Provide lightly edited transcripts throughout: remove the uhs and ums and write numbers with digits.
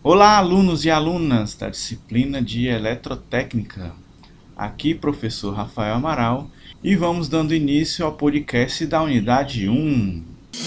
Olá, alunos e alunas da disciplina de Eletrotécnica. Aqui, professor Rafael Amaral, e vamos dando início ao podcast da unidade 1.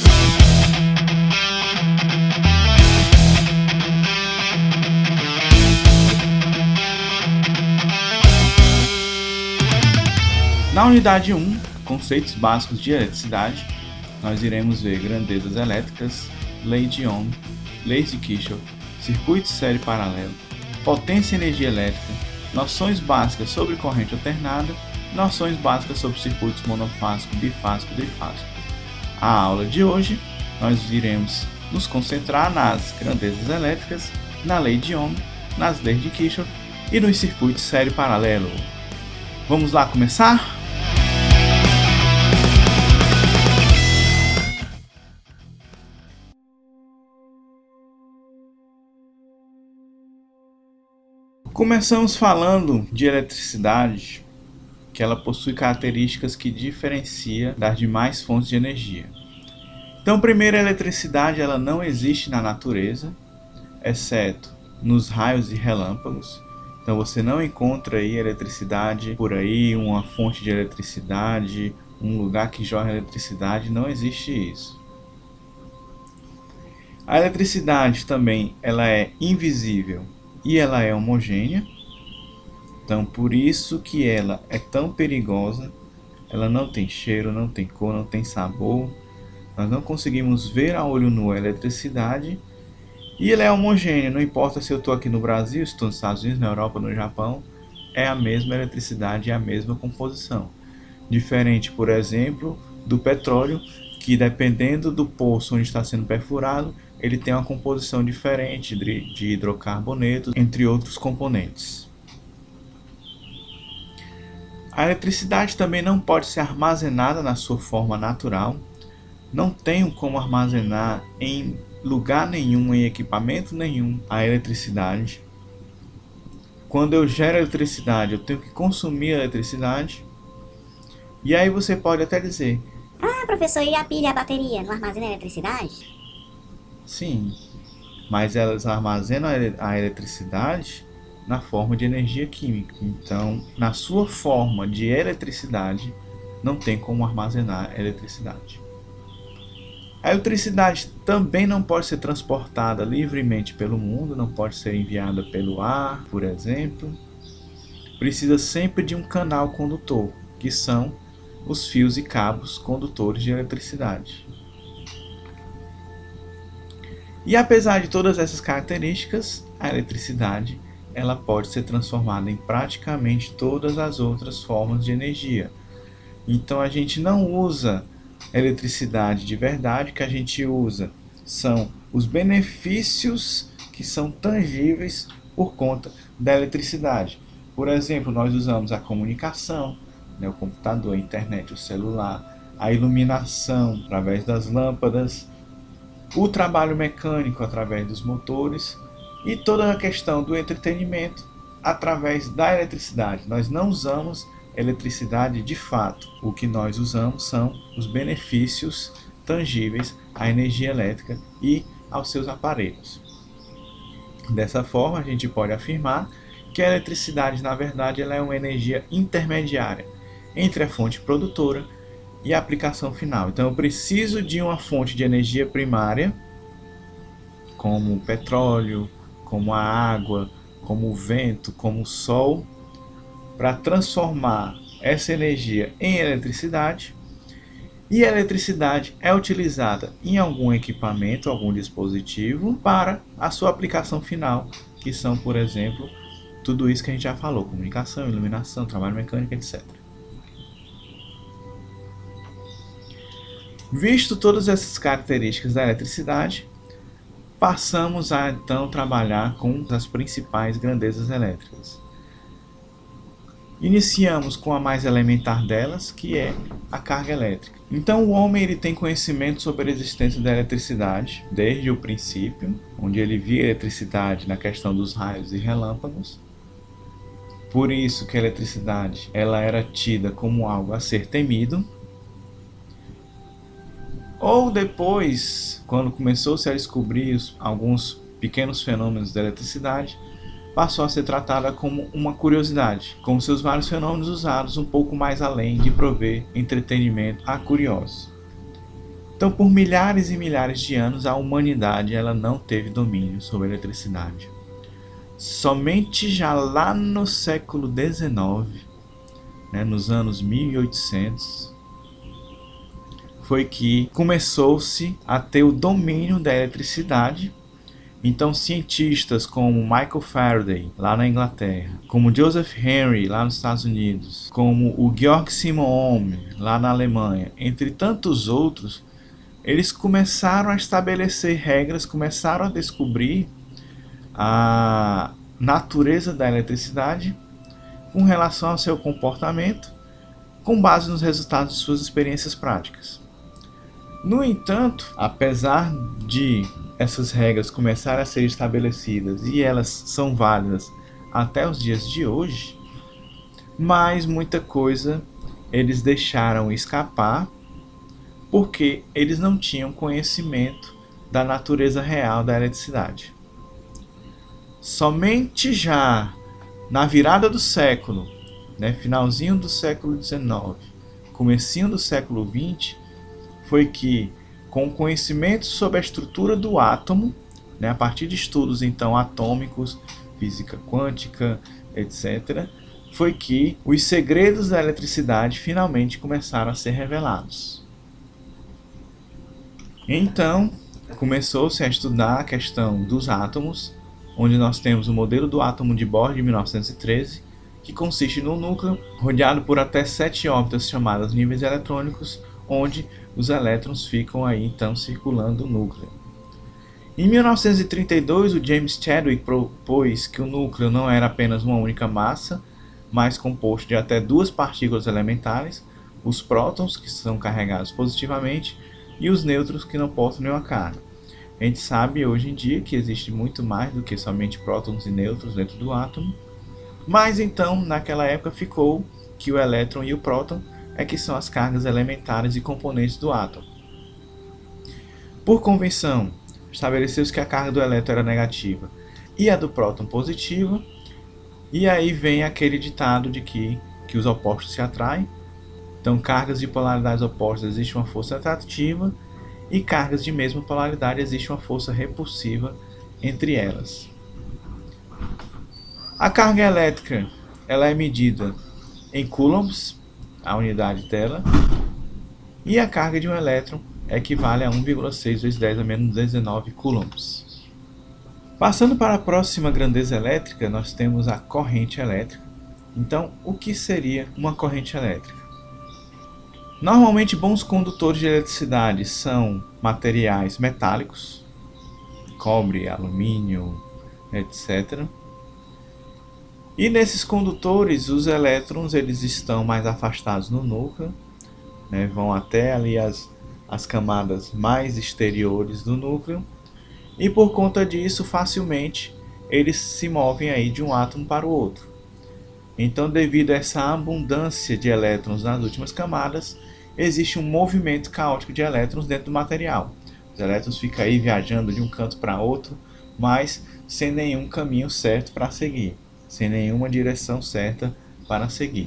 Na unidade 1, conceitos básicos de eletricidade, nós iremos ver grandezas elétricas, lei de Ohm, leis de Kirchhoff, circuito série paralelo, potência e energia elétrica, noções básicas sobre corrente alternada, noções básicas sobre circuitos monofásico, bifásico e trifásico. A aula de hoje, nós iremos nos concentrar nas grandezas elétricas, na lei de Ohm, nas leis de Kirchhoff e nos circuitos série paralelo. Vamos lá começar? Começamos falando de eletricidade, que ela possui características que diferencia das demais fontes de energia. Então, primeiro, a eletricidade ela não existe na natureza, exceto nos raios e relâmpagos. Então, você não encontra aí eletricidade por aí, uma fonte de eletricidade, um lugar que jorra eletricidade, não existe isso. A eletricidade também ela é invisível e ela é homogênea. Então, por isso que ela é tão perigosa. Ela não tem cheiro, não tem cor, não tem sabor. Nós não conseguimos ver a olho nu a eletricidade. E ela é homogênea, não importa se eu estou aqui no Brasil, se estou nos Estados Unidos, na Europa, no Japão, é a mesma eletricidade, é a mesma composição. Diferente, por exemplo, do petróleo, que dependendo do poço onde está sendo perfurado, ele tem uma composição diferente de hidrocarbonetos, entre outros componentes. A eletricidade também não pode ser armazenada na sua forma natural. Não tenho como armazenar em lugar nenhum, em equipamento nenhum, a eletricidade. Quando eu gero eletricidade, eu tenho que consumir a eletricidade. E aí você pode até dizer: Ah, professor, e a pilha e a bateria? Não armazena eletricidade? sim, mas elas armazenam a eletricidade na forma de energia química. Então, na sua forma de eletricidade, não tem como armazenar eletricidade. A eletricidade também não pode ser transportada livremente pelo mundo, não pode ser enviada pelo ar, por exemplo. Precisa sempre de um canal condutor, que são os fios e cabos condutores de eletricidade. E apesar de todas essas características, a eletricidade ela pode ser transformada em praticamente todas as outras formas de energia. Então a gente não usa eletricidade de verdade, o que a gente usa são os benefícios que são tangíveis por conta da eletricidade. Por exemplo, nós usamos a comunicação, o computador, a internet, o celular, a iluminação através das lâmpadas, o trabalho mecânico através dos motores e toda a questão do entretenimento através da eletricidade. Nós não usamos eletricidade de fato. O que nós usamos são os benefícios tangíveis à energia elétrica e aos seus aparelhos. Dessa forma, a gente pode afirmar que a eletricidade, na verdade, ela é uma energia intermediária entre a fonte produtora e a aplicação final. Então, eu preciso de uma fonte de energia primária, como o petróleo, como a água, como o vento, como o sol, para transformar essa energia em eletricidade. E a eletricidade é utilizada em algum equipamento, algum dispositivo, para a sua aplicação final, que são, por exemplo, tudo isso que a gente já falou: comunicação, iluminação, trabalho mecânico, etc. Visto todas essas características da eletricidade, passamos a então trabalhar com as principais grandezas elétricas. Iniciamos com a mais elementar delas, que é a carga elétrica. Então o homem ele tem conhecimento sobre a existência da eletricidade desde o princípio, onde ele via a eletricidade na questão dos raios e relâmpagos. Por isso que a eletricidade ela era tida como algo a ser temido. Ou depois, quando começou-se a descobrir alguns pequenos fenômenos da eletricidade, passou a ser tratada como uma curiosidade, com seus vários fenômenos usados um pouco mais além de prover entretenimento a curiosos. Então, por milhares e milhares de anos, a humanidade ela não teve domínio sobre a eletricidade. Somente já lá no século XIX, nos anos 1800, foi que começou-se a ter o domínio da eletricidade. Então, cientistas como Michael Faraday, lá na Inglaterra, como Joseph Henry, lá nos Estados Unidos, como o Georg Simon Ohm, lá na Alemanha, entre tantos outros, eles começaram a estabelecer regras, começaram a descobrir a natureza da eletricidade com relação ao seu comportamento, com base nos resultados de suas experiências práticas. No entanto, apesar de essas regras começarem a ser estabelecidas e elas são válidas até os dias de hoje, mas muita coisa eles deixaram escapar porque eles não tinham conhecimento da natureza real da eletricidade. Somente já na virada do século, finalzinho do século XIX, comecinho do século XX, foi que, com conhecimento sobre a estrutura do átomo, a partir de estudos então atômicos, física quântica, etc., foi que os segredos da eletricidade finalmente começaram a ser revelados. Então, começou-se a estudar a questão dos átomos, onde nós temos o modelo do átomo de Bohr de 1913, que consiste num núcleo rodeado por até 7 órbitas chamadas níveis eletrônicos, onde os elétrons ficam aí então circulando o núcleo. Em 1932, o James Chadwick propôs que o núcleo não era apenas uma única massa, mas composto de até 2 partículas elementares, os prótons, que são carregados positivamente, e os nêutrons, que não portam nenhuma carga. A gente sabe hoje em dia que existe muito mais do que somente prótons e nêutrons dentro do átomo, mas então naquela época ficou que o elétron e o próton é que são as cargas elementares e componentes do átomo. Por convenção, estabeleceu-se que a carga do elétron era negativa e a do próton positiva, e aí vem aquele ditado de que os opostos se atraem. Então, cargas de polaridades opostas existe uma força atrativa e cargas de mesma polaridade existe uma força repulsiva entre elas. A carga elétrica ela é medida em coulombs, a unidade dela, e a carga de um elétron equivale a 1,6 vezes 10 a menos 19 coulombs. Passando para a próxima grandeza elétrica, nós temos a corrente elétrica. Então, o que seria uma corrente elétrica? Normalmente, bons condutores de eletricidade são materiais metálicos, cobre, alumínio, etc. E nesses condutores, os elétrons eles estão mais afastados no núcleo, vão até ali as camadas mais exteriores do núcleo, e por conta disso, facilmente, eles se movem aí de um átomo para o outro. Então, devido a essa abundância de elétrons nas últimas camadas, existe um movimento caótico de elétrons dentro do material. Os elétrons ficam aí viajando de um canto para outro, mas sem nenhum caminho certo para seguir, sem nenhuma direção certa para seguir.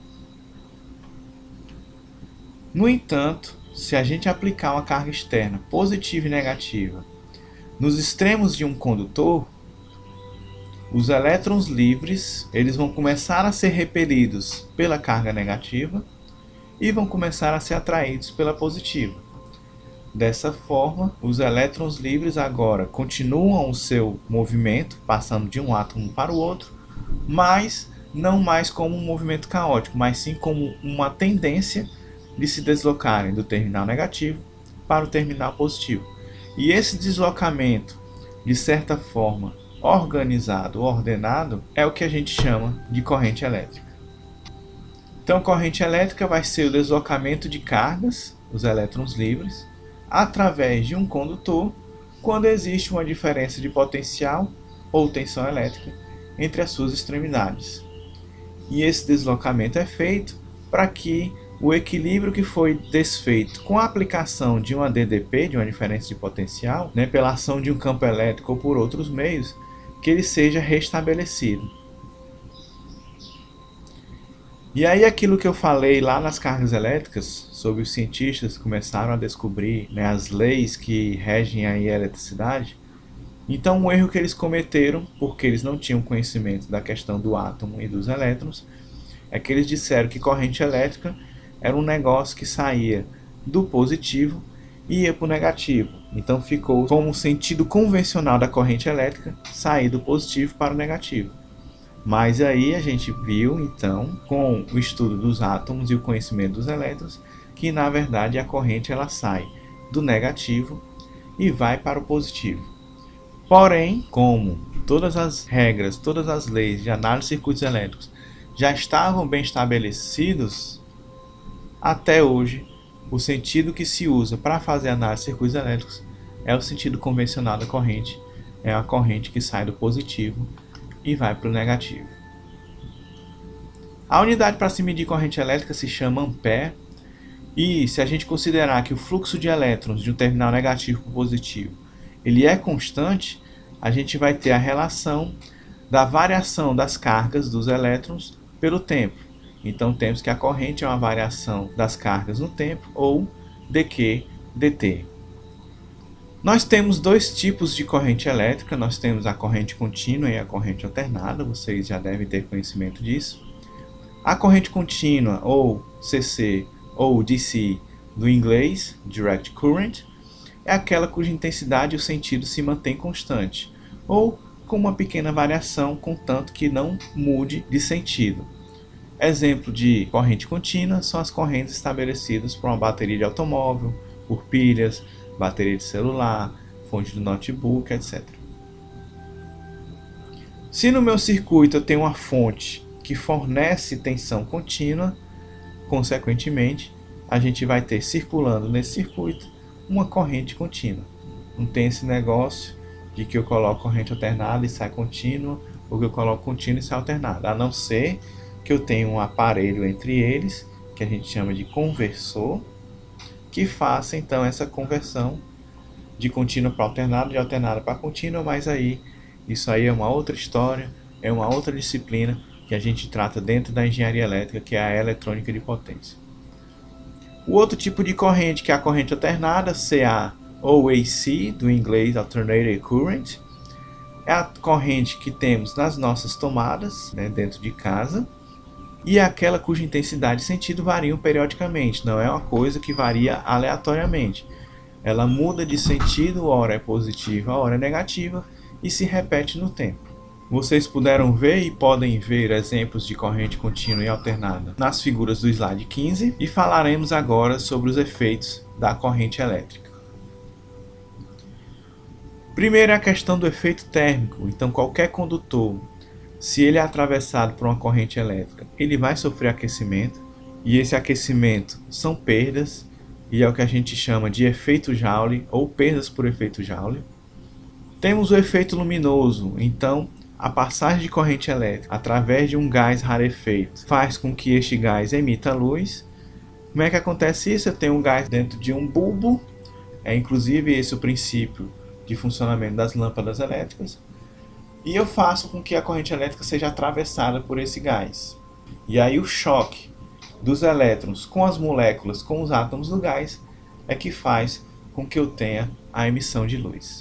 No entanto, se a gente aplicar uma carga externa positiva e negativa nos extremos de um condutor, os elétrons livres eles vão começar a ser repelidos pela carga negativa e vão começar a ser atraídos pela positiva. Dessa forma, os elétrons livres agora continuam o seu movimento, passando de um átomo para o outro, mas não mais como um movimento caótico, mas sim como uma tendência de se deslocarem do terminal negativo para o terminal positivo. E esse deslocamento, de certa forma, organizado, ordenado, é o que a gente chama de corrente elétrica. Então, corrente elétrica vai ser o deslocamento de cargas, os elétrons livres, através de um condutor, quando existe uma diferença de potencial ou tensão elétrica entre as suas extremidades. E esse deslocamento é feito para que o equilíbrio que foi desfeito com a aplicação de uma DDP, de uma diferença de potencial, né, pela ação de um campo elétrico ou por outros meios, que ele seja restabelecido. E aí aquilo que eu falei lá nas cargas elétricas, sobre os cientistas que começaram a descobrir, né, as leis que regem aí a eletricidade, então um erro que eles cometeram, porque eles não tinham conhecimento da questão do átomo e dos elétrons, é que eles disseram que corrente elétrica era um negócio que saía do positivo e ia para o negativo. Então ficou como um sentido convencional da corrente elétrica sair do positivo para o negativo. Mas aí a gente viu, então, com o estudo dos átomos e o conhecimento dos elétrons, que na verdade a corrente ela sai do negativo e vai para o positivo. Porém, como todas as regras, todas as leis de análise de circuitos elétricos já estavam bem estabelecidos, até hoje, o sentido que se usa para fazer análise de circuitos elétricos é o sentido convencional da corrente, é a corrente que sai do positivo e vai para o negativo. A unidade para se medir corrente elétrica se chama ampere, e se a gente considerar que o fluxo de elétrons de um terminal negativo para o positivo ele é constante, a gente vai ter a relação da variação das cargas dos elétrons pelo tempo. Então temos que a corrente é uma variação das cargas no tempo, ou dQ dt. Nós temos dois tipos de corrente elétrica, nós temos a corrente contínua e a corrente alternada, vocês já devem ter conhecimento disso. A corrente contínua, ou CC, ou DC, do inglês, Direct Current, é aquela cuja intensidade e o sentido se mantém constante, ou com uma pequena variação, contanto que não mude de sentido. Exemplo de corrente contínua são as correntes estabelecidas por uma bateria de automóvel, por pilhas, bateria de celular, fonte do notebook, etc. Se no meu circuito eu tenho uma fonte que fornece tensão contínua, consequentemente, a gente vai ter circulando nesse circuito uma corrente contínua. Não tem esse negócio de que eu coloco corrente alternada e sai contínua, ou que eu coloco contínua e sai alternada, a não ser que eu tenha um aparelho entre eles, que a gente chama de conversor, que faça então essa conversão de contínua para alternada, de alternada para contínua, mas aí isso aí é uma outra história, é uma outra disciplina que a gente trata dentro da engenharia elétrica, que é a eletrônica de potência. O outro tipo de corrente, que é a corrente alternada, CA ou AC, do inglês Alternating Current, é a corrente que temos nas nossas tomadas, né, dentro de casa, e é aquela cuja intensidade e sentido variam periodicamente, não é uma coisa que varia aleatoriamente. Ela muda de sentido, ora é positiva, ora é negativa, e se repete no tempo. Vocês puderam ver e podem ver exemplos de corrente contínua e alternada nas figuras do slide 15, e falaremos agora sobre os efeitos da corrente elétrica. Primeiro é a questão do efeito térmico. Então qualquer condutor, se ele é atravessado por uma corrente elétrica, ele vai sofrer aquecimento, e esse aquecimento são perdas, e é o que a gente chama de efeito Joule ou perdas por efeito Joule. Temos o efeito luminoso. Então a passagem de corrente elétrica através de um gás rarefeito faz com que este gás emita luz. Como é que acontece isso? Eu tenho um gás dentro de um bulbo, inclusive esse é o princípio de funcionamento das lâmpadas elétricas, e eu faço com que a corrente elétrica seja atravessada por esse gás. E aí o choque dos elétrons com as moléculas, com os átomos do gás, é que faz com que eu tenha a emissão de luz.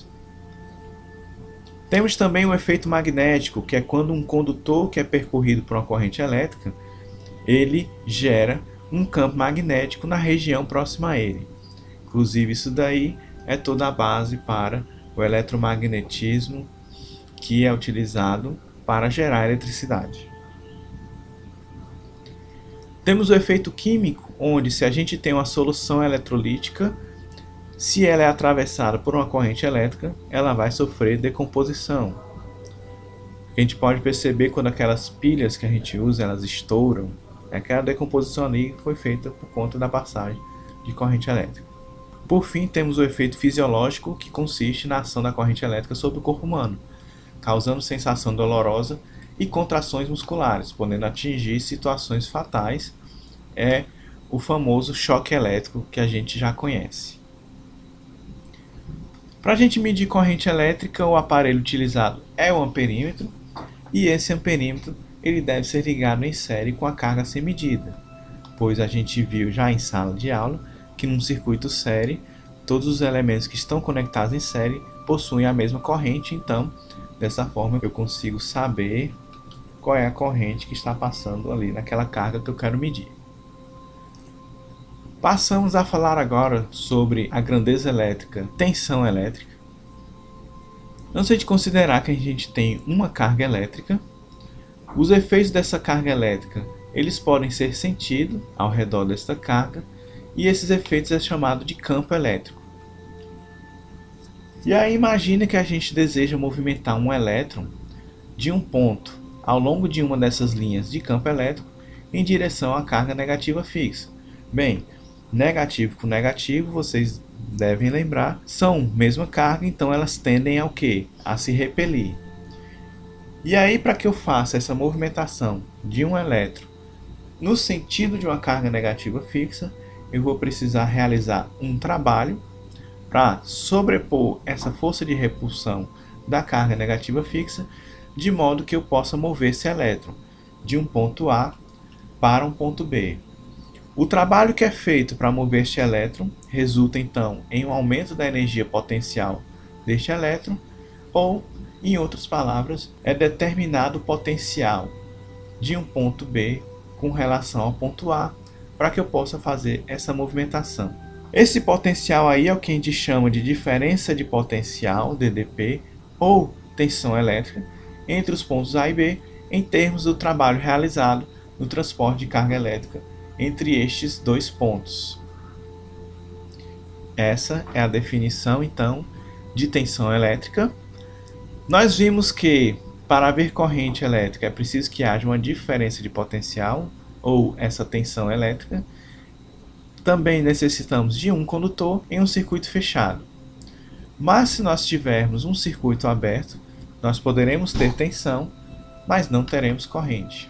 Temos também o efeito magnético, que é quando um condutor que é percorrido por uma corrente elétrica, ele gera um campo magnético na região próxima a ele. Inclusive isso daí é toda a base para o eletromagnetismo, que é utilizado para gerar eletricidade. Temos o efeito químico, onde se a gente tem uma solução eletrolítica, se ela é atravessada por uma corrente elétrica, ela vai sofrer decomposição. A gente pode perceber quando aquelas pilhas que a gente usa, elas estouram, aquela decomposição ali foi feita por conta da passagem de corrente elétrica. Por fim, temos o efeito fisiológico, que consiste na ação da corrente elétrica sobre o corpo humano, causando sensação dolorosa e contrações musculares, podendo atingir situações fatais. É o famoso choque elétrico que a gente já conhece. Para a gente medir corrente elétrica, o aparelho utilizado é o amperímetro, e esse amperímetro ele deve ser ligado em série com a carga a ser medida, pois a gente viu já em sala de aula que num circuito série, todos os elementos que estão conectados em série possuem a mesma corrente, então dessa forma eu consigo saber qual é a corrente que está passando ali naquela carga que eu quero medir. Passamos a falar agora sobre a grandeza elétrica, tensão elétrica. Não sei de considerar que a gente tem uma carga elétrica. Os efeitos dessa carga elétrica, eles podem ser sentidos ao redor desta carga, e esses efeitos é chamado de campo elétrico. E aí imagina que a gente deseja movimentar um elétron de um ponto ao longo de uma dessas linhas de campo elétrico em direção à carga negativa fixa. Bem, negativo com negativo, vocês devem lembrar, são mesma carga, então elas tendem ao quê? A se repelir. E aí, para que eu faça essa movimentação de um elétron no sentido de uma carga negativa fixa, eu vou precisar realizar um trabalho para sobrepor essa força de repulsão da carga negativa fixa, de modo que eu possa mover esse elétron de um ponto A para um ponto B. O trabalho que é feito para mover este elétron resulta então em um aumento da energia potencial deste elétron, ou, em outras palavras, é determinado o potencial de um ponto B com relação ao ponto A para que eu possa fazer essa movimentação. Esse potencial aí é o que a gente chama de diferença de potencial, DDP, ou tensão elétrica, entre os pontos A e B, em termos do trabalho realizado no transporte de carga elétrica entre estes dois pontos. Essa é a definição, então, de tensão elétrica. Nós vimos que, para haver corrente elétrica, é preciso que haja uma diferença de potencial, ou essa tensão elétrica. Também necessitamos de um condutor em um circuito fechado. Mas se nós tivermos um circuito aberto, nós poderemos ter tensão, mas não teremos corrente.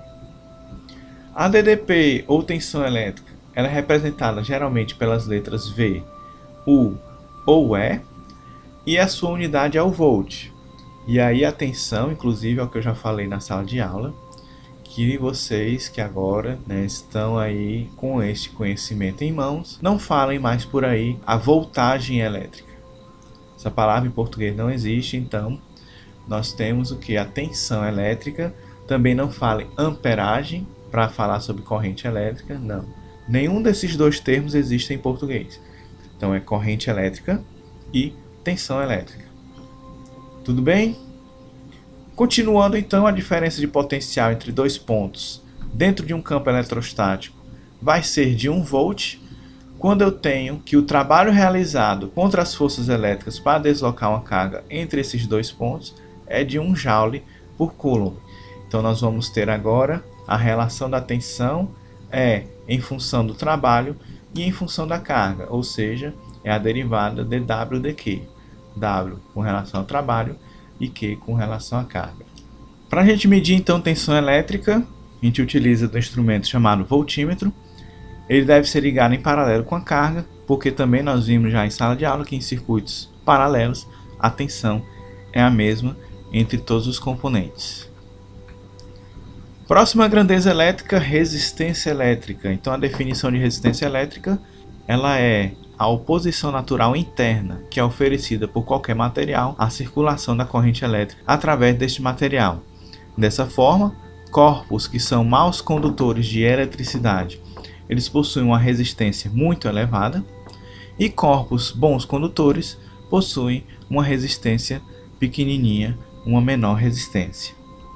A DDP, ou tensão elétrica, ela é representada geralmente pelas letras V, U ou E, e a sua unidade é o volt. E aí a tensão, inclusive, é o que eu já falei na sala de aula, que vocês que agora, né, estão aí com este conhecimento em mãos, não falem mais por aí a voltagem elétrica. Essa palavra em português não existe, então nós temos o que? A tensão elétrica. Também não fale amperagem para falar sobre corrente elétrica, não. Nenhum desses dois termos existe em português. Então é corrente elétrica e tensão elétrica. Tudo bem? Continuando então, a diferença de potencial entre dois pontos dentro de um campo eletrostático vai ser de 1 volt, quando eu tenho que o trabalho realizado contra as forças elétricas para deslocar uma carga entre esses dois pontos é de 1 joule por coulomb. Então nós vamos ter agora a relação da tensão em função do trabalho e em função da carga, ou seja, é a derivada de W de Q. W com relação ao trabalho e Q com relação à carga. Para a gente medir então tensão elétrica, a gente utiliza um instrumento chamado voltímetro. Ele deve ser ligado em paralelo com a carga, porque também nós vimos já em sala de aula que em circuitos paralelos a tensão é a mesma entre todos os componentes. Próxima grandeza elétrica, resistência elétrica. Então a definição de resistência elétrica, ela é a oposição natural interna que é oferecida por qualquer material à circulação da corrente elétrica através deste material. Dessa forma, corpos que são maus condutores de eletricidade, eles possuem uma resistência muito elevada, e corpos bons condutores possuem uma resistência pequenininha, uma menor resistência.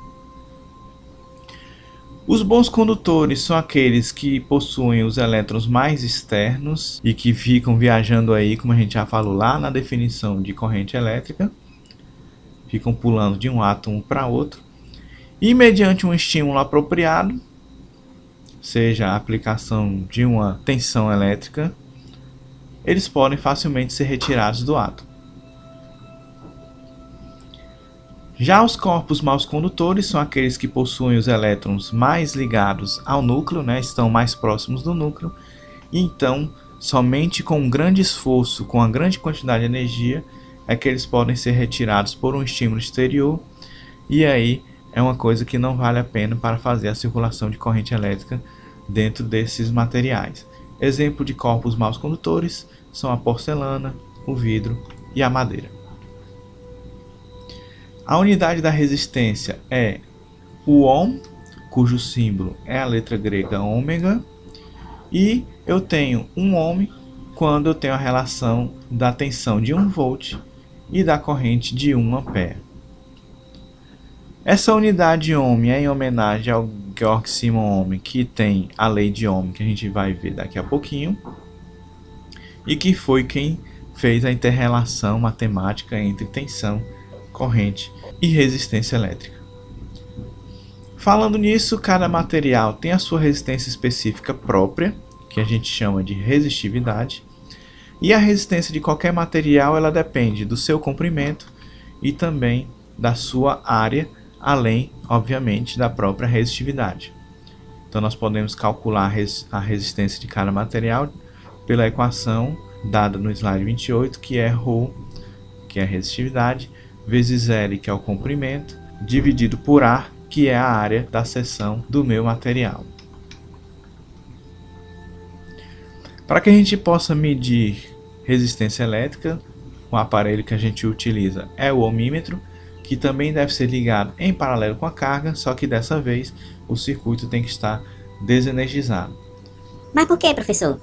Os bons condutores são aqueles que possuem os elétrons mais externos e que ficam viajando aí, como a gente já falou lá na definição de corrente elétrica, ficam pulando de um átomo para outro, e mediante um estímulo apropriado, seja a aplicação de uma tensão elétrica, eles podem facilmente ser retirados do átomo. Já os corpos maus condutores são aqueles que possuem os elétrons mais ligados ao núcleo, né, estão mais próximos do núcleo, e então somente com um grande esforço, com uma grande quantidade de energia, é que eles podem ser retirados por um estímulo exterior, e aí é uma coisa que não vale a pena para fazer a circulação de corrente elétrica dentro desses materiais. Exemplo de corpos maus condutores são a porcelana, o vidro e a madeira. A unidade da resistência é o ohm, cujo símbolo é a letra grega ômega, e eu tenho um ohm quando eu tenho a relação da tensão de 1 volt e da corrente de 1 ampere. Essa unidade ohm é em homenagem ao Georg Simon Ohm, que tem a lei de Ohm, que a gente vai ver daqui a pouquinho, e que foi quem fez a interrelação matemática entre tensão, corrente e resistência elétrica. Falando nisso, cada material tem a sua resistência específica própria, que a gente chama de resistividade, e a resistência de qualquer material ela depende do seu comprimento e também da sua área, além, obviamente, da própria resistividade. Então nós podemos calcular a resistência de cada material pela equação dada no slide 28, que é ρ, que é a resistividade, vezes L, que é o comprimento, dividido por A, que é a área da seção do meu material. Para que a gente possa medir resistência elétrica, o aparelho que a gente utiliza é o ohmímetro, que também deve ser ligado em paralelo com a carga, só que dessa vez o circuito tem que estar desenergizado. Mas por que, professor?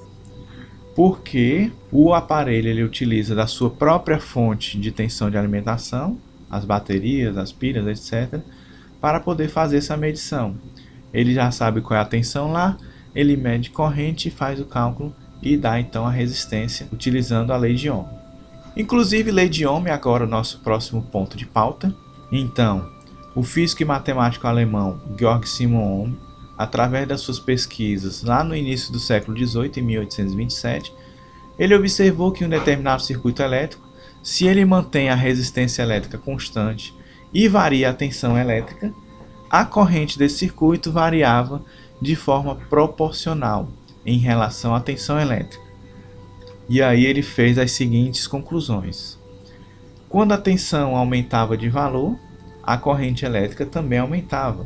Porque o aparelho ele utiliza da sua própria fonte de tensão de alimentação, as baterias, as pilhas, etc., para poder fazer essa medição. Ele já sabe qual é a tensão lá, ele mede corrente, faz o cálculo e dá então a resistência utilizando a lei de Ohm. Inclusive, lei de Ohm é agora o nosso próximo ponto de pauta. Então, o físico e matemático alemão Georg Simon Ohm, através das suas pesquisas lá no início do século XVIII, em 1827, ele observou que um determinado circuito elétrico, se ele mantém a resistência elétrica constante e varia a tensão elétrica, a corrente desse circuito variava de forma proporcional em relação à tensão elétrica. E aí ele fez as seguintes conclusões. Quando a tensão aumentava de valor, a corrente elétrica também aumentava.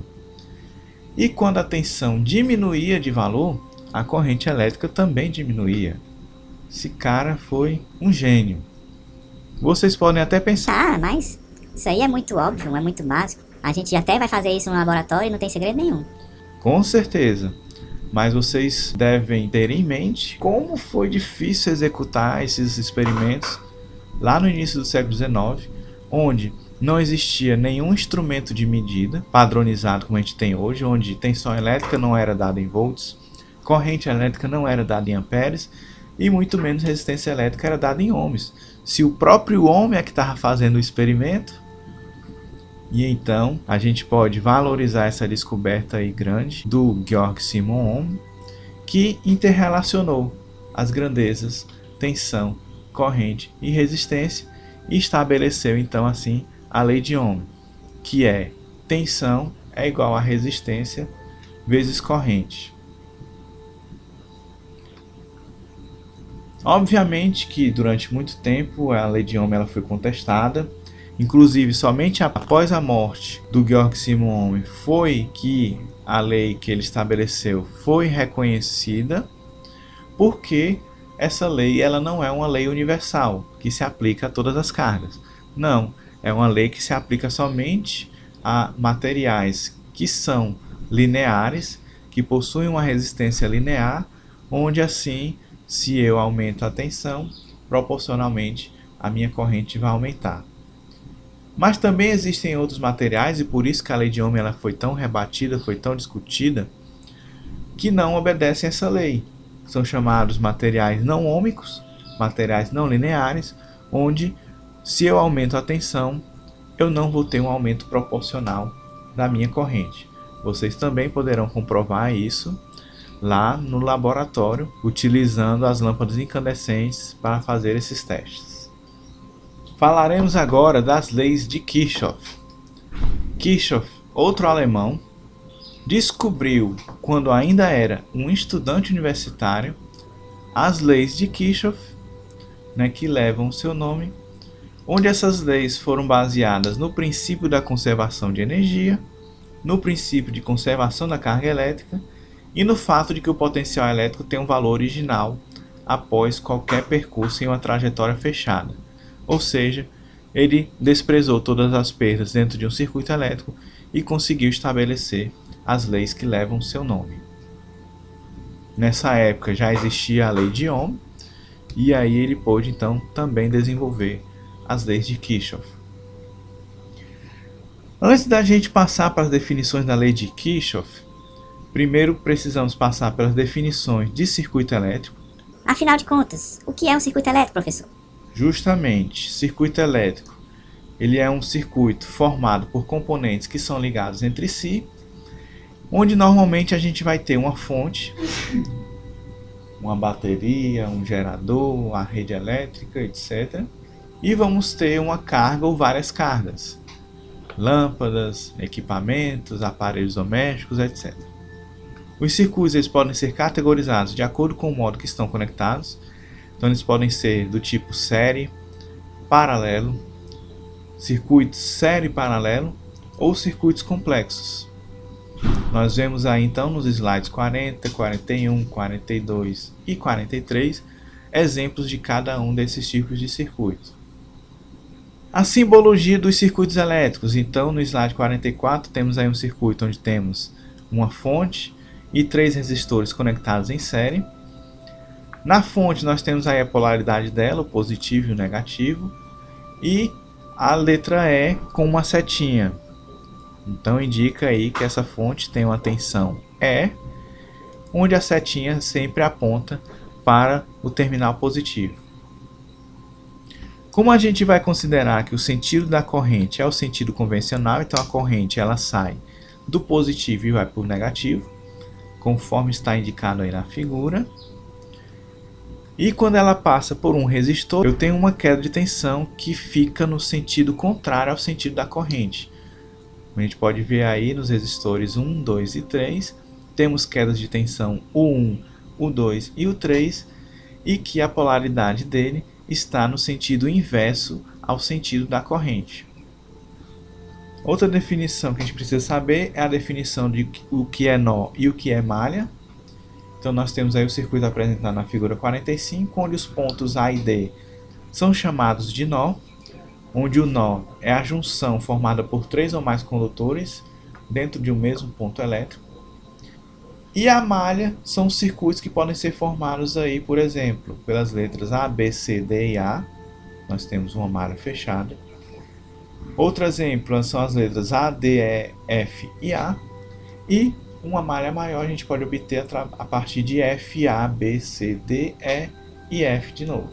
E quando a tensão diminuía de valor, a corrente elétrica também diminuía. Esse cara foi um gênio. Vocês podem até pensar... Ah, mas isso aí é muito óbvio, é muito básico. A gente até vai fazer isso no laboratório e não tem segredo nenhum. Com certeza. Mas vocês devem ter em mente como foi difícil executar esses experimentos lá no início do século XIX, onde não existia nenhum instrumento de medida padronizado como a gente tem hoje, onde tensão elétrica não era dada em volts, corrente elétrica não era dada em amperes e muito menos resistência elétrica era dada em ohms. Se o próprio ohm é que estava fazendo o experimento, e então a gente pode valorizar essa descoberta aí grande do Georg Simon Ohm, que interrelacionou as grandezas, tensão, corrente e resistência e estabeleceu então assim a lei de Ohm, que é tensão é igual a resistência vezes corrente. Obviamente que durante muito tempo a lei de Ohm ela foi contestada. Inclusive, somente após a morte do Georg Simon Ohm foi que a lei que ele estabeleceu foi reconhecida, porque essa lei ela não é uma lei universal, que se aplica a todas as cargas. Não, é uma lei que se aplica somente a materiais que são lineares, que possuem uma resistência linear, onde assim, se eu aumento a tensão, proporcionalmente a minha corrente vai aumentar. Mas também existem outros materiais, e por isso que a lei de Ohm ela foi tão rebatida, foi tão discutida, que não obedecem essa lei. São chamados materiais não ômicos, materiais não lineares, onde se eu aumento a tensão, eu não vou ter um aumento proporcional da minha corrente. Vocês também poderão comprovar isso lá no laboratório, utilizando as lâmpadas incandescentes para fazer esses testes. Falaremos agora das leis de Kirchhoff. Kirchhoff, outro alemão, descobriu, quando ainda era um estudante universitário, as leis de Kirchhoff, né, que levam o seu nome, onde essas leis foram baseadas no princípio da conservação de energia, no princípio de conservação da carga elétrica e no fato de que o potencial elétrico tem um valor original após qualquer percurso em uma trajetória fechada. Ou seja, ele desprezou todas as perdas dentro de um circuito elétrico e conseguiu estabelecer as leis que levam seu nome. Nessa época já existia a lei de Ohm, e aí ele pôde então também desenvolver as leis de Kirchhoff. Antes da gente passar para as definições da lei de Kirchhoff, primeiro precisamos passar pelas definições de circuito elétrico. Afinal de contas, o que é um circuito elétrico, professor? Justamente, circuito elétrico, ele é um circuito formado por componentes que são ligados entre si, onde normalmente a gente vai ter uma fonte, uma bateria, um gerador, a rede elétrica, etc. E vamos ter uma carga ou várias cargas, lâmpadas, equipamentos, aparelhos domésticos, etc. Os circuitos eles podem ser categorizados de acordo com o modo que estão conectados. Então eles podem ser do tipo série, paralelo, circuitos série paralelo ou circuitos complexos. Nós vemos aí então nos slides 40, 41, 42 e 43 exemplos de cada um desses tipos de circuitos. A simbologia dos circuitos elétricos. Então no slide 44 temos aí um circuito onde temos uma fonte e 3 resistores conectados em série. Na fonte nós temos aí a polaridade dela, o positivo e o negativo, e a letra E com uma setinha. Então indica aí que essa fonte tem uma tensão E, onde a setinha sempre aponta para o terminal positivo. Como a gente vai considerar que o sentido da corrente é o sentido convencional, então a corrente ela sai do positivo e vai para o negativo, conforme está indicado aí na figura. E quando ela passa por um resistor, eu tenho uma queda de tensão que fica no sentido contrário ao sentido da corrente. A gente pode ver aí nos resistores 1, 2 e 3, temos quedas de tensão o 1, o 2 e o 3, e que a polaridade dele está no sentido inverso ao sentido da corrente. Outra definição que a gente precisa saber é a definição de o que é nó e o que é malha. Então nós temos aí o circuito apresentado na figura 45, onde os pontos A e D são chamados de nó, onde o nó é a junção formada por 3 ou mais condutores dentro de um mesmo ponto elétrico. E a malha são os circuitos que podem ser formados aí, por exemplo, pelas letras A, B, C, D e A. Nós temos uma malha fechada. Outro exemplo são as letras A, D, E, F e A. E uma malha maior a gente pode obter a partir de F, A, B, C, D, E e F de novo.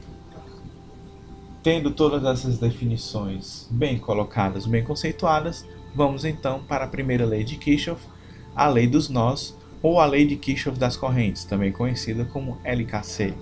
Tendo todas essas definições bem colocadas, bem conceituadas, vamos então para a primeira lei de Kirchhoff, a lei dos nós, ou a lei de Kirchhoff das correntes, também conhecida como LKC.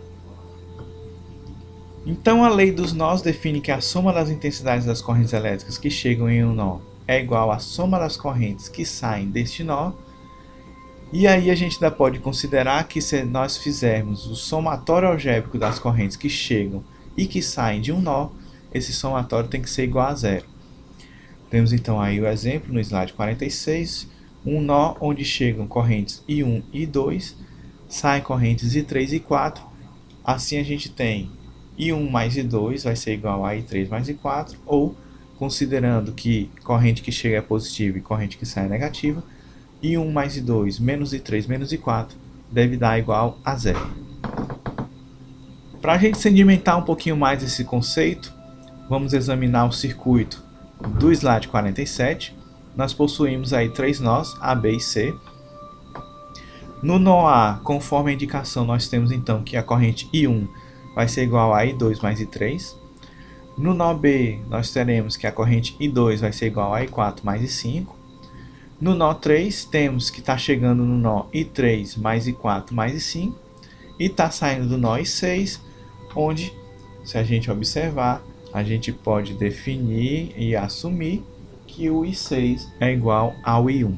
Então a lei dos nós define que a soma das intensidades das correntes elétricas que chegam em um nó é igual à soma das correntes que saem deste nó. E aí a gente ainda pode considerar que se nós fizermos o somatório algébrico das correntes que chegam e que saem de um nó, esse somatório tem que ser igual a zero. Temos então aí o exemplo no slide 46, um nó onde chegam correntes I1 e I2, saem correntes I3 e I4, assim a gente tem I1 mais I2 vai ser igual a I3 mais I4, ou, considerando que corrente que chega é positiva e corrente que sai é negativa, I1 mais I2 menos I3 menos I4 deve dar igual a zero. Para a gente sedimentar um pouquinho mais esse conceito, vamos examinar o circuito do slide 47. Nós possuímos aí 3 nós, A, B e C. No nó A, conforme a indicação, nós temos então que a corrente I1 vai ser igual a I2 mais I3. No nó B, nós teremos que a corrente I2 vai ser igual a I4 mais I5. No nó 3, temos que está chegando no nó I3 mais I4 mais I5. E está saindo do nó I6, onde, se a gente observar, a gente pode definir e assumir que o I6 é igual ao I1.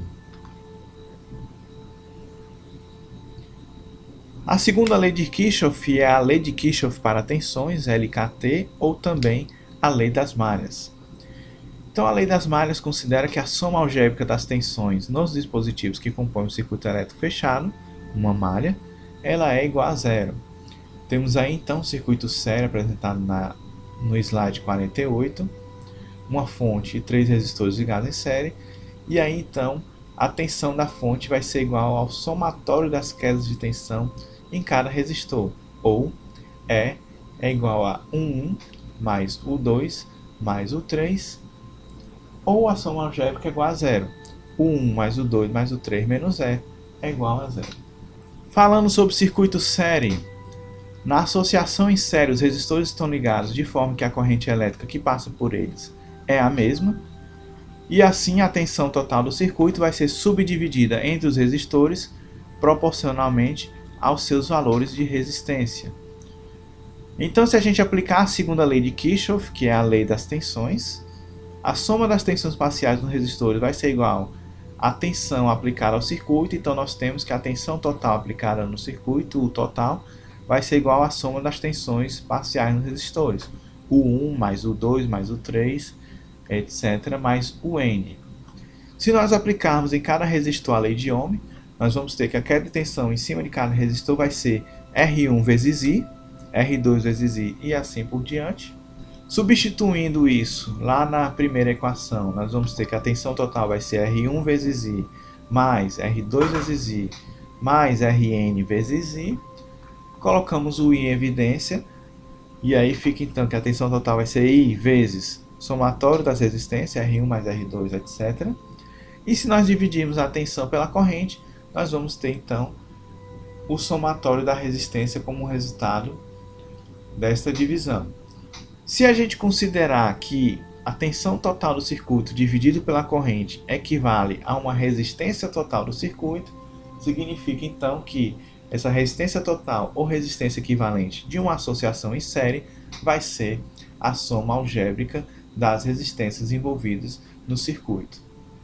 A segunda lei de Kirchhoff é a lei de Kirchhoff para tensões, LKT, ou também a lei das malhas. Então, a lei das malhas considera que a soma algébrica das tensões nos dispositivos que compõem o circuito elétrico fechado, uma malha, ela é igual a zero. Temos aí então o circuito sério apresentado no slide 48, uma fonte e 3 resistores ligados em série, e aí então a tensão da fonte vai ser igual ao somatório das quedas de tensão em cada resistor, ou E é igual a 1 mais o 2 mais o 3, ou a soma algébrica é igual a zero. O 1 mais o 2 mais o 3 menos E é igual a zero. Falando sobre circuito série, na associação em série os resistores estão ligados de forma que a corrente elétrica que passa por eles é a mesma, e assim a tensão total do circuito vai ser subdividida entre os resistores proporcionalmente aos seus valores de resistência. Então, se a gente aplicar a segunda lei de Kirchhoff, que é a lei das tensões, a soma das tensões parciais nos resistores vai ser igual à tensão aplicada ao circuito, então nós temos que a tensão total aplicada no circuito, o total, vai ser igual à soma das tensões parciais nos resistores. O 1 mais o 2 mais o 3, etc., mais o N. Se nós aplicarmos em cada resistor a lei de Ohm, nós vamos ter que a queda de tensão em cima de cada resistor vai ser R1 vezes I, R2 vezes I e assim por diante. Substituindo isso lá na primeira equação, nós vamos ter que a tensão total vai ser R1 vezes I mais R2 vezes I mais Rn vezes I. Colocamos o I em evidência e aí fica então que a tensão total vai ser I vezes somatório das resistências, R1 mais R2, etc. E se nós dividirmos a tensão pela corrente, nós vamos ter então o somatório da resistência como resultado desta divisão. Se a gente considerar que a tensão total do circuito dividido pela corrente equivale a uma resistência total do circuito, significa então que essa resistência total ou resistência equivalente de uma associação em série vai ser a soma algébrica das resistências envolvidas no circuito.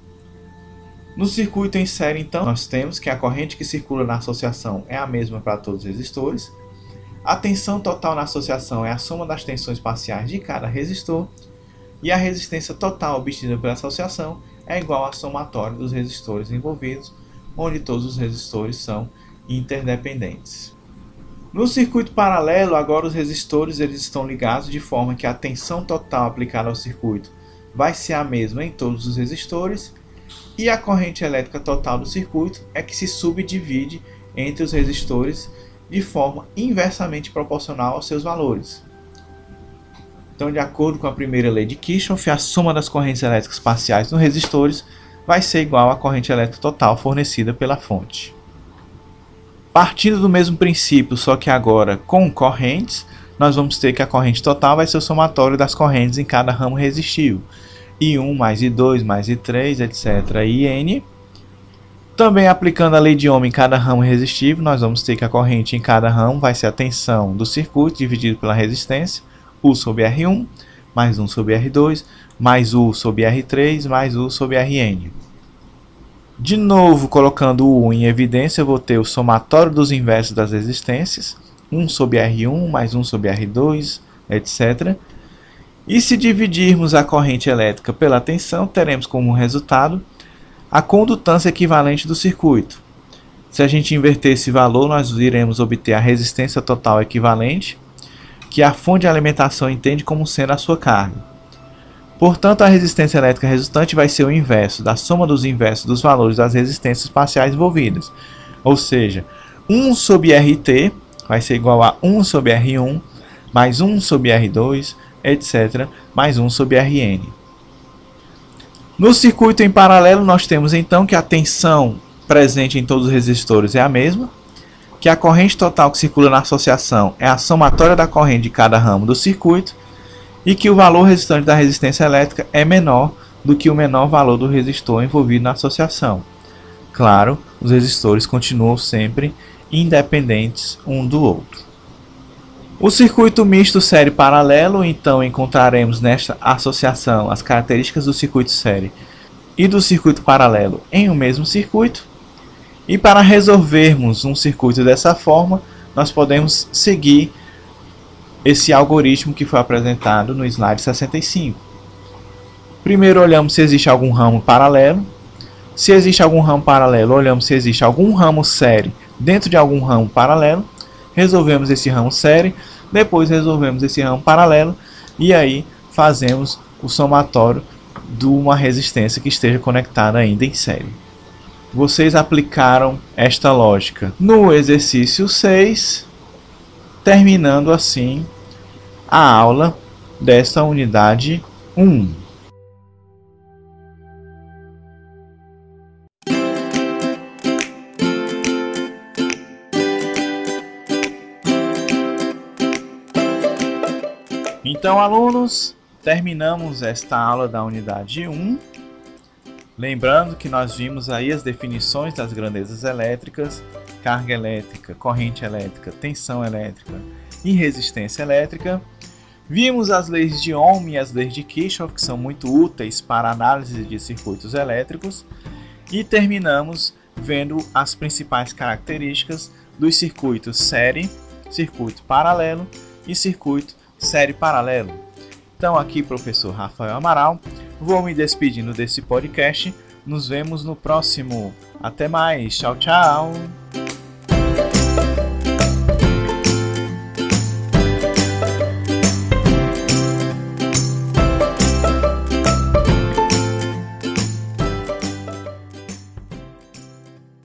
No circuito em série, então, nós temos que a corrente que circula na associação é a mesma para todos os resistores. A tensão total na associação é a soma das tensões parciais de cada resistor, e a resistência total obtida pela associação é igual à somatória dos resistores envolvidos, onde todos os resistores são interdependentes. No circuito paralelo, agora os resistores eles estão ligados de forma que a tensão total aplicada ao circuito vai ser a mesma em todos os resistores, e a corrente elétrica total do circuito é que se subdivide entre os resistores de forma inversamente proporcional aos seus valores. Então, de acordo com a primeira lei de Kirchhoff, a soma das correntes elétricas parciais nos resistores vai ser igual à corrente elétrica total fornecida pela fonte. Partindo do mesmo princípio, só que agora com correntes, nós vamos ter que a corrente total vai ser o somatório das correntes em cada ramo resistivo. I1 mais I2 mais I3, etc. IN. Também aplicando a lei de Ohm em cada ramo resistivo, nós vamos ter que a corrente em cada ramo vai ser a tensão do circuito dividido pela resistência, U sobre R1, mais 1 sobre R2, mais U sobre R3, mais U sobre Rn. De novo, colocando o U em evidência, eu vou ter o somatório dos inversos das resistências, 1 sobre R1, mais 1 sobre R2, etc. E se dividirmos a corrente elétrica pela tensão, teremos como resultado a condutância equivalente do circuito. Se a gente inverter esse valor, nós iremos obter a resistência total equivalente, que a fonte de alimentação entende como sendo a sua carga. Portanto, a resistência elétrica resultante vai ser o inverso da soma dos inversos dos valores das resistências parciais envolvidas. Ou seja, 1 sobre RT vai ser igual a 1 sobre R1, mais 1 sobre R2, etc., mais 1 sobre Rn. No circuito em paralelo, nós temos então que a tensão presente em todos os resistores é a mesma, que a corrente total que circula na associação é a somatória da corrente de cada ramo do circuito e que o valor resultante da resistência elétrica é menor do que o menor valor do resistor envolvido na associação. Claro, os resistores continuam sempre independentes um do outro. O circuito misto série paralelo, então encontraremos nesta associação as características do circuito série e do circuito paralelo em um mesmo circuito. E para resolvermos um circuito dessa forma, nós podemos seguir esse algoritmo que foi apresentado no slide 65. Primeiro olhamos se existe algum ramo paralelo. Se existe algum ramo paralelo, olhamos se existe algum ramo série dentro de algum ramo paralelo. Resolvemos esse ramo série, depois resolvemos esse ramo paralelo e aí fazemos o somatório de uma resistência que esteja conectada ainda em série. Vocês aplicaram esta lógica no exercício 6, terminando assim a aula desta unidade 1. Então, alunos, terminamos esta aula da unidade 1. Lembrando que nós vimos aí as definições das grandezas elétricas, carga elétrica, corrente elétrica, tensão elétrica e resistência elétrica. Vimos as leis de Ohm e as leis de Kirchhoff, que são muito úteis para a análise de circuitos elétricos. E terminamos vendo as principais características dos circuitos série, circuito paralelo e circuito série paralelo. Então aqui, professor Rafael Amaral, vou me despedindo desse podcast. Nos vemos no próximo. Até mais. Tchau, tchau.